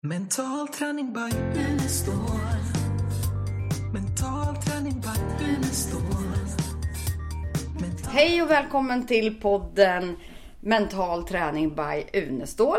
Mental träning by Unestål. Mental träning by Unestål. Hej och välkommen till podden Mental träning by Unestål.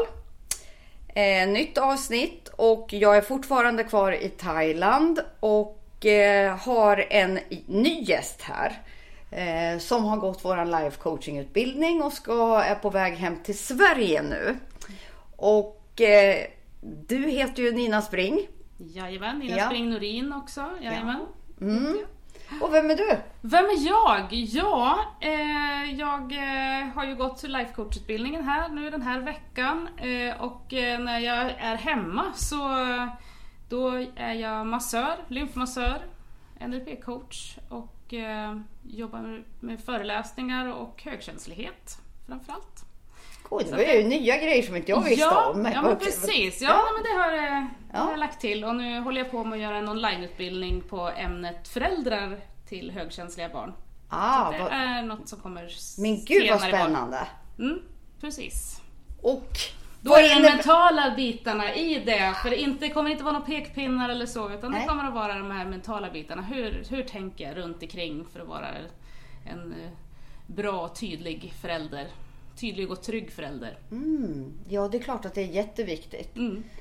Nytt avsnitt och jag är fortfarande kvar i Thailand och har en ny gäst här. Som har gått våran life coaching utbildning och är på väg hem till Sverige nu. Och du heter ju Nina Spring. Jajamän, Nina Spring Norin också. Jajamän. Ja. Mm. Och vem är du? Vem är jag? Ja, jag har ju gått life coach-utbildningen här nu den här veckan. Och när jag är hemma så då är jag massör, lymfmassör, NLP-coach och jobbar med föreläsningar och högkänslighet framförallt. Det var ju nya grejer som inte jag visste om. Ja, men precis. Men det har jag lagt till. Och nu håller jag på med att göra en onlineutbildning på ämnet föräldrar till högkänsliga barn. Så det är något som kommer. Men gud vad spännande. Precis. Och då är det mentala bitarna i det. För det kommer inte vara några pekpinnar eller så. Utan det kommer att vara de här mentala bitarna. Hur tänker jag runt omkring för att vara en bra, tydlig förälder. Tydlig och trygg förälder. Ja, det är klart att det är jätteviktigt.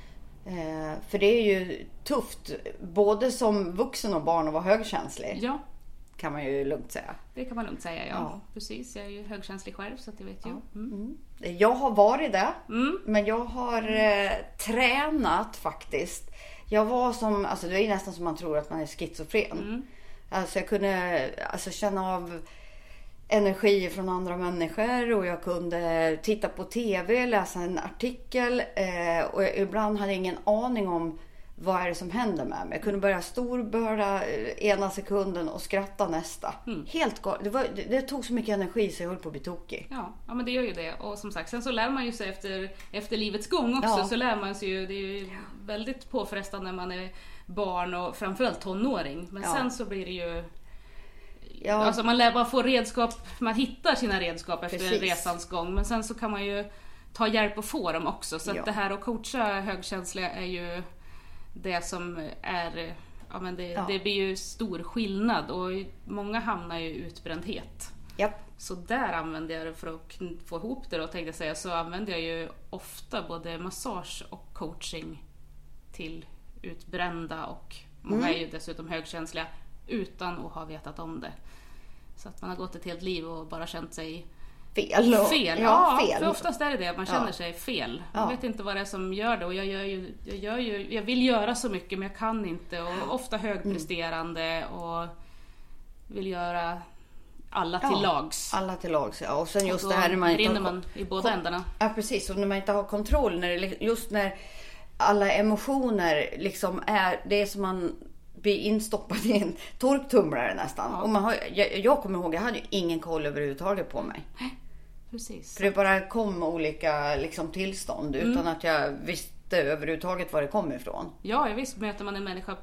För det är ju tufft både som vuxen och barn att vara högkänslig. Ja. Kan man ju lugnt säga. Det kan man lugnt säga, ja. Precis, jag är ju högkänslig själv så att jag vet ju. Jag har varit det. Men jag har tränat faktiskt. Jag var som, alltså det är nästan som man tror att man är schizofren. Alltså jag kunde känna av energi från andra människor och jag kunde titta på tv, läsa en artikel och ibland hade jag ingen aning om vad är det som händer med mig. Jag kunde börja storbörda ena sekunden och skratta nästa. Helt galet. Det tog så mycket energi så jag höll på att bli tokig. Ja, men det gör ju det. Och som sagt, sen så lär man ju sig efter livets gång också. Så lär man sig ju, det är ju väldigt påfrestande när man är barn och framförallt tonåring. Men sen så blir det ju alltså man lär bara få redskap, man hittar sina redskap efter resans gång, men sen så kan man ju ta hjälp och få dem också, så att det här att coacha högkänsliga är ju det som är, det blir ju stor skillnad och många hamnar ju i utbrändhet. Så där använder jag det för att få ihop det och tänkte säga, så använder jag ju ofta både massage och coaching till utbrända och många är ju dessutom högkänsliga utan att ha vetat om det. Så att man har gått ett helt liv och bara känt sig fel. För oftast är det man känner sig fel. Jag vet inte vad det är som gör det och jag vill göra så mycket men jag kan inte och ofta högpresterande och vill göra alla till lags. Alla till lags, och sen just det här när man inte man i båda ändarna. Ja, precis. Och när man inte har kontroll, när alla emotioner liksom det är som man blir instoppad i en torktumlare nästan. Och jag kommer ihåg, jag hade ju ingen koll överhuvudtaget på mig. Precis. För det bara kom olika liksom, tillstånd utan att jag visste överhuvudtaget var det kom ifrån. Ja, jag visst, möter man en människa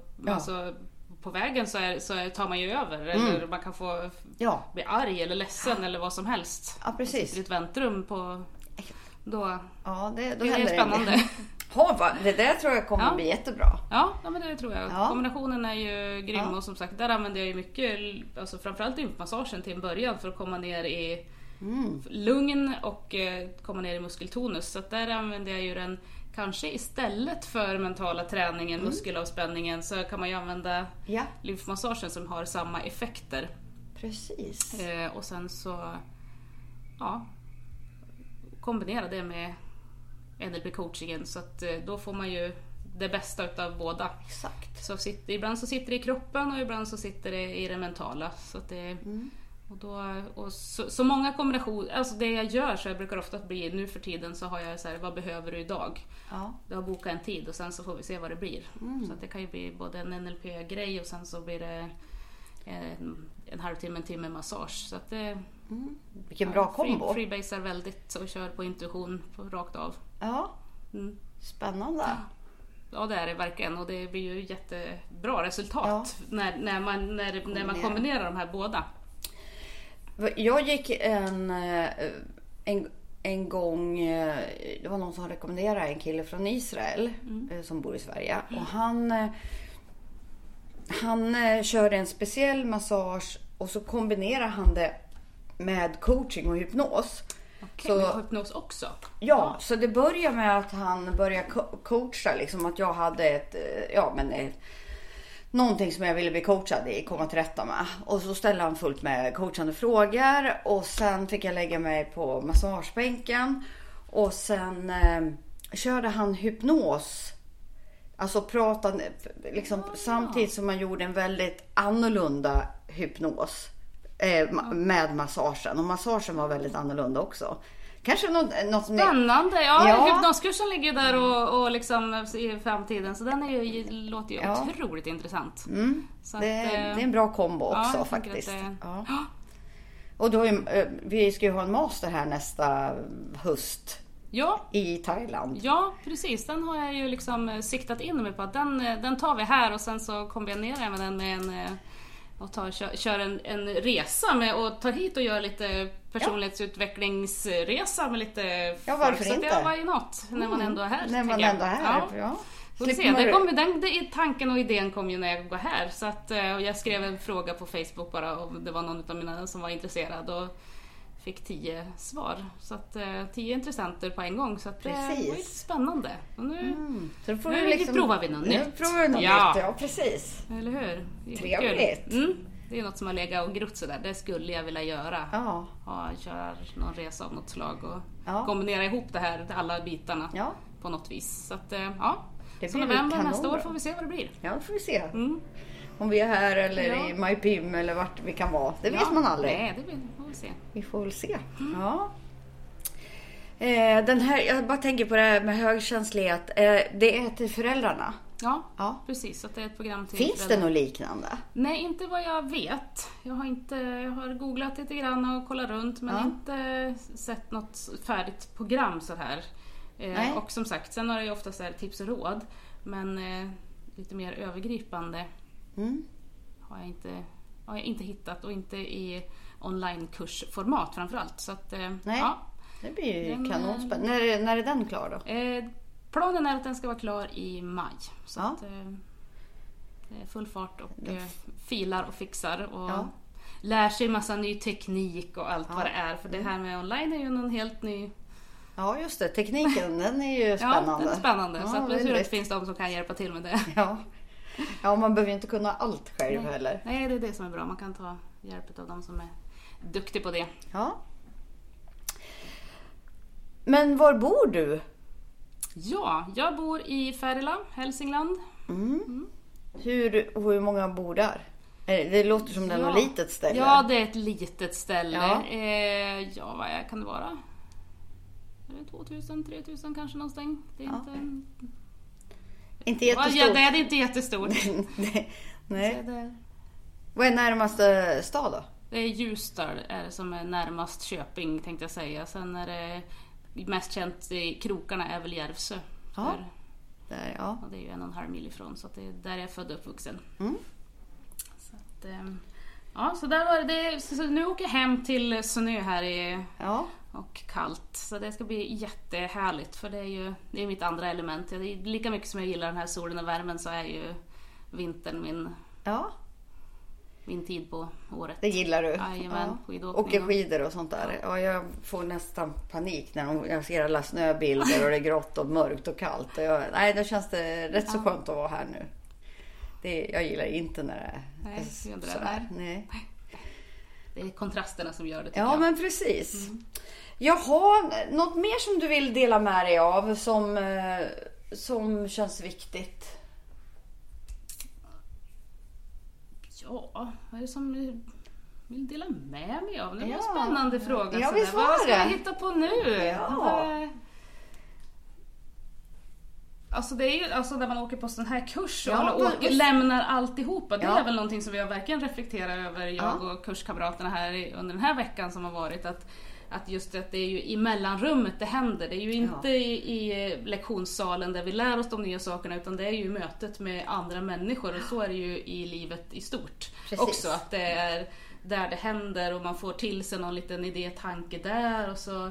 på vägen så tar man ju över. Eller man kan få bli arg eller ledsen eller vad som helst. Ja, precis. I ett väntrum då det är spännande. Det där tror jag kommer bli jättebra. Ja, men det tror jag. Kombinationen är ju grym och som sagt, där använder jag ju mycket, alltså framförallt lymfmassagen till en början för att komma ner i lugn och komma ner i muskeltonus. Så att där använder jag ju den kanske istället för mentala träningen, muskelavspänningen, så kan man ju använda lymfmassagen som har samma effekter. Precis. Och sen så kombinera det med NLP-coachingen så att då får man ju det bästa utav båda. Exakt. Så ibland så sitter det i kroppen och ibland så sitter det i det mentala. Så att det, så många kombinationer, alltså det jag gör så jag brukar ofta bli, nu för tiden så har jag så här, vad behöver du idag? Jag har bokat en tid och sen så får vi se vad det blir. Så att det kan ju bli både en NLP-grej och sen så blir det en halvtimme, en timme massage. Så att det vilken bra kombo. Freebasar väldigt och kör på intuition rakt av. Spännande. Ja, det är det verkligen och det blir ju jättebra resultat när man kombinerar de här båda. Jag gick en gång, det var någon som rekommenderade en kille från Israel som bor i Sverige. Och han körde en speciell massage och så kombinerar han det med coaching och hypnos. Okej, med hypnos också? Ja, så det börjar med att han börjar coacha liksom, att jag hade någonting som jag ville bli coachad i, komma till rätta med. Och så ställde han fullt med coachande frågor. Och sen fick jag lägga mig på massagebänken. Och sen körde han hypnos. Alltså pratade liksom, samtidigt som man gjorde en väldigt annorlunda hypnos med massagen. Och massagen var väldigt annorlunda också. Kanske något spännande. Ja, hypnoskursen ligger där och liksom i framtiden. Så den låter ju otroligt intressant. Så det är en bra kombo också faktiskt. Och då vi ska ju ha en master här nästa höst. Ja. I Thailand. Ja, precis. Den har jag ju liksom siktat in mig på att den tar vi här och sen så kombinerar jag med den med kör en resa med och ta hit och göra lite personlighetsutvecklingsresa med lite folk. Varför inte? Så det var ju något när man ändå är här. När man ändå är här, ja. Tanken och idén kom ju när jag var här. Så att jag skrev en fråga på Facebook bara och det var någon av mina som var intresserad och fick 10 svar. Så att 10 intressenter på en gång. Så att det var lite spännande. Och nu provar vi något nytt. Nu provar vi något nytt, ja precis. Eller hur? Trevligt. Det är något som har legat och grott så där. Det skulle jag vilja göra. Köra någon resa av något slag och kombinera ihop det här, alla bitarna på något vis. Så att så november nästa år får vi se vad det blir. Ja, det får vi se. Om vi är här eller i MyPim eller vart vi kan vara. Det vet man aldrig. Nej, det får vi se. Vi får väl se. Ja. Den här, jag bara tänker på det här med högkänslighet. Det är till föräldrarna. Ja, precis. Så det är ett program till Finns det något liknande? Nej, inte vad jag vet. Jag har googlat lite grann och kollat runt men inte sett något färdigt program så här. Och som sagt, sen har jag ju ofta så här tips och råd. Men lite mer övergripande har jag inte hittat och inte i onlinekursformat framförallt. Så att, det blir ju kanonspännande. När är den klar då? Planen är att den ska vara klar i maj. Så att, det är full fart och filar och fixar och lär sig massa ny teknik och allt vad det är. För det här med online är ju någon helt ny... Ja just det, tekniken den är ju spännande. Ja, den är spännande. Så att det finns de som kan hjälpa till med det. Ja, man behöver ju inte kunna allt själv heller. Nej, det är det som är bra. Man kan ta hjälp av de som är duktiga på det. Ja. Men var bor du? Ja, jag bor i Färila, Hälsingland. Hur många bor där? Det låter som det är något litet ställe. Ja, det är ett litet ställe. Vad kan det vara? 2000-3000 kanske någonstans. Det är inte jättestort. Ja, det är inte jättestort. Nej. Vad är närmaste stad då? Det är Ljusdal som är närmast Köping tänkte jag säga. Sen är det mest känt i krokarna är väl Järvsö. Där, och det är ju 1,5 mil ifrån så att det är där jag är född och uppvuxen. Så att, så där var det. Så nu åker jag hem till snö här och kallt. Så det ska bli jättehärligt för det är mitt andra element. Det är lika mycket som jag gillar den här solen och värmen så är ju vintern min tid på året. Det gillar du? Jajamän, åker skidor och sånt där. Ja, jag får nästan panik när jag ser alla snöbilder och det är grått och mörkt och kallt. Då känns det rätt så skönt att vara här nu. Jag gillar inte när det är sådär. Nej. Det är kontrasterna som gör det. Ja, men precis. Jaha, något mer som du vill dela med dig av som känns viktigt? Ja, vad är det som du vill dela med mig av? Det var en spännande fråga. Ja, visst var det. Vad ska jag hitta på nu? Ja. Alltså det är ju när man åker på sån här kurs och lämnar alltihopa. Det är väl någonting som vi har verkligen reflekterat över, jag och kurskamraterna här under den här veckan som har varit. Att just att det är ju i mellanrummet det händer. Det är ju inte i lektionssalen där vi lär oss de nya sakerna utan det är ju mötet med andra människor och så är det ju i livet i stort. Precis. Också att det är där det händer och man får till sig någon liten idé, tanke där och så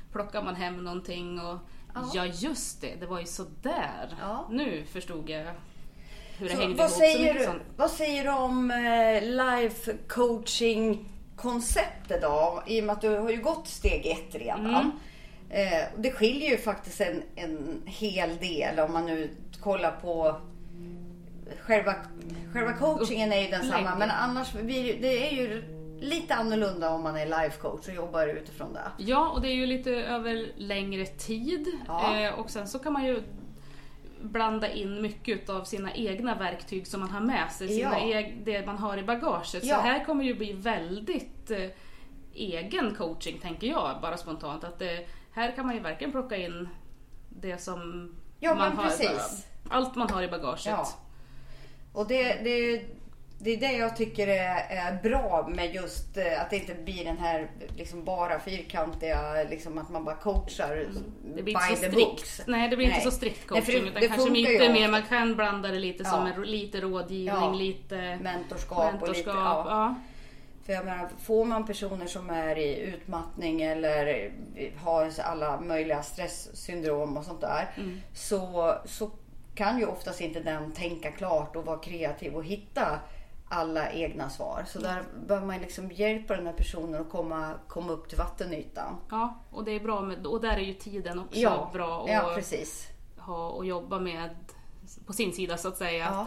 plockar man hem någonting och ja just det var ju så där. Ja. Nu förstod jag hur det hängde ihop. Vad säger du om life coaching konceptet då? I och med att du har ju gått steg 1 redan. Det skiljer ju faktiskt en hel del om man nu kollar på själva coachingen är ju densamma, men annars det är ju lite annorlunda om man är life coach och jobbar utifrån det. Ja, och det är ju lite över längre tid. Och sen så kan man ju blanda in mycket av sina egna verktyg som man har med sig, det man har i bagaget. Så här kommer det ju bli väldigt egen coaching, tänker jag bara spontant. Att här kan man ju verkligen plocka in det som man har, allt man har i bagaget. Ja. Och det är det jag tycker är bra med just att det inte blir den här liksom bara fyrkantiga, liksom att man bara coachar det blir by the books. Nej, det blir inte så strikt coaching. Nej, det kanske mycket mer, man kan blanda det lite som lite rådgivning, lite mentorskap och lite, För jag menar, får man personer som är i utmattning eller har alla möjliga stresssyndrom och sånt där, så kan ju oftast inte den tänka klart och vara kreativ och hitta alla egna svar. Så där bör man liksom hjälpa den här personen att komma upp till vattenytan. Ja, och det är bra och där är ju tiden också bra att precis. Ha och jobba med på sin sida så att säga. Att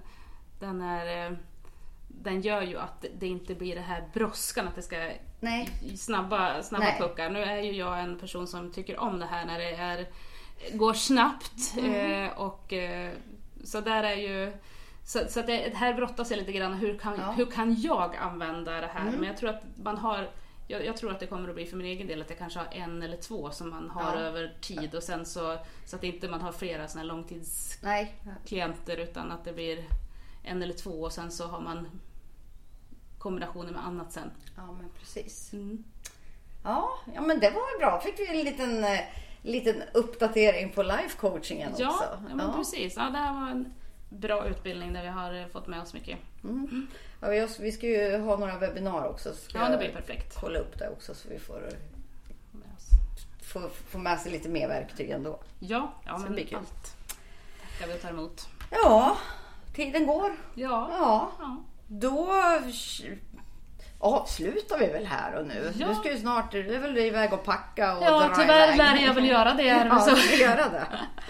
den gör ju att det inte blir det här brådskan att det ska snabba puckar. Nu är ju jag en person som tycker om det här när det går snabbt och så där är ju så att det här brottas jag lite grann hur kan jag använda det här, men jag tror att man har jag tror att det kommer att bli för min egen del att jag kanske har 1 eller 2 som man har över tid och sen så att inte man har flera såna här långtidsklienter utan att det blir 1 eller 2 och sen så har man kombinationer med annat sen. Ja, men precis. Ja, men det var bra. Fick vi en liten uppdatering på life coachingen också. Ja, men precis. Ja, det här var en bra utbildning där vi har fått med oss mycket. Ja, vi ska ju ha några webbinar också. Det blir perfekt. Kolla upp det också så vi får med sig lite mer verktyg ändå. Ja men allt tackar vi tar emot. Ja, tiden går. Ja. Då avslutar vi väl här och nu. Nu ska ju snart, det är väl iväg och packa och dra tyvärr iväg. lär jag väl göra det. Göra det.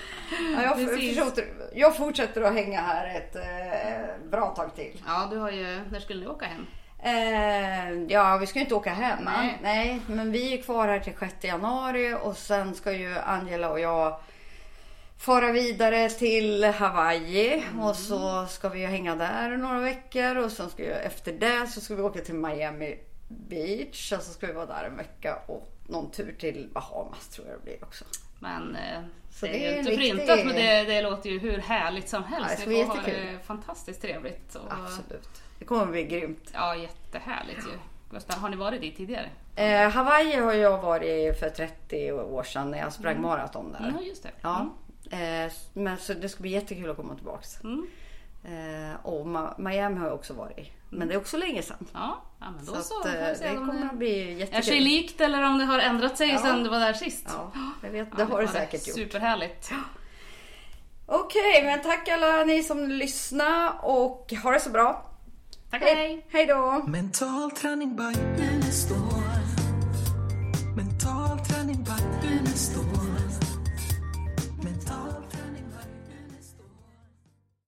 Jag fortsätter att hänga här ett bra tag till. Ja, du har ju, när skulle du åka hem? Vi ska ju inte åka hem. Nej, men vi är kvar här till 6 januari och sen ska ju Angela och jag fara vidare till Hawaii och så ska vi hänga där några veckor och sen ska efter det så ska vi åka till Miami Beach och så ska vi vara där en vecka och någon tur till Bahamas tror jag det blir också. Men så det är ju inte printat men det låter ju hur härligt som helst. Ja, det får ha det fantastiskt trevligt. Och absolut. Det kommer att bli grymt. Ja, jättehärligt ju. Har ni varit dit tidigare? Hawaii har jag varit för 30 år sedan när jag sprang maraton där. Ja, just det. Ja. Men så det ska bli jättekul att komma tillbaks. Och Miami har jag också varit. Men det är också länge sedan. Ja, men då så det kommer att bli jättekul. Är sig likt eller om det har ändrat sig sedan du var där sist. Ja, jag vet. Det har det säkert gjort. Superhärligt. Okej, men tack alla ni som lyssnar och ha det så bra. Tack, hej. Hej då. Mental träning by Unestål.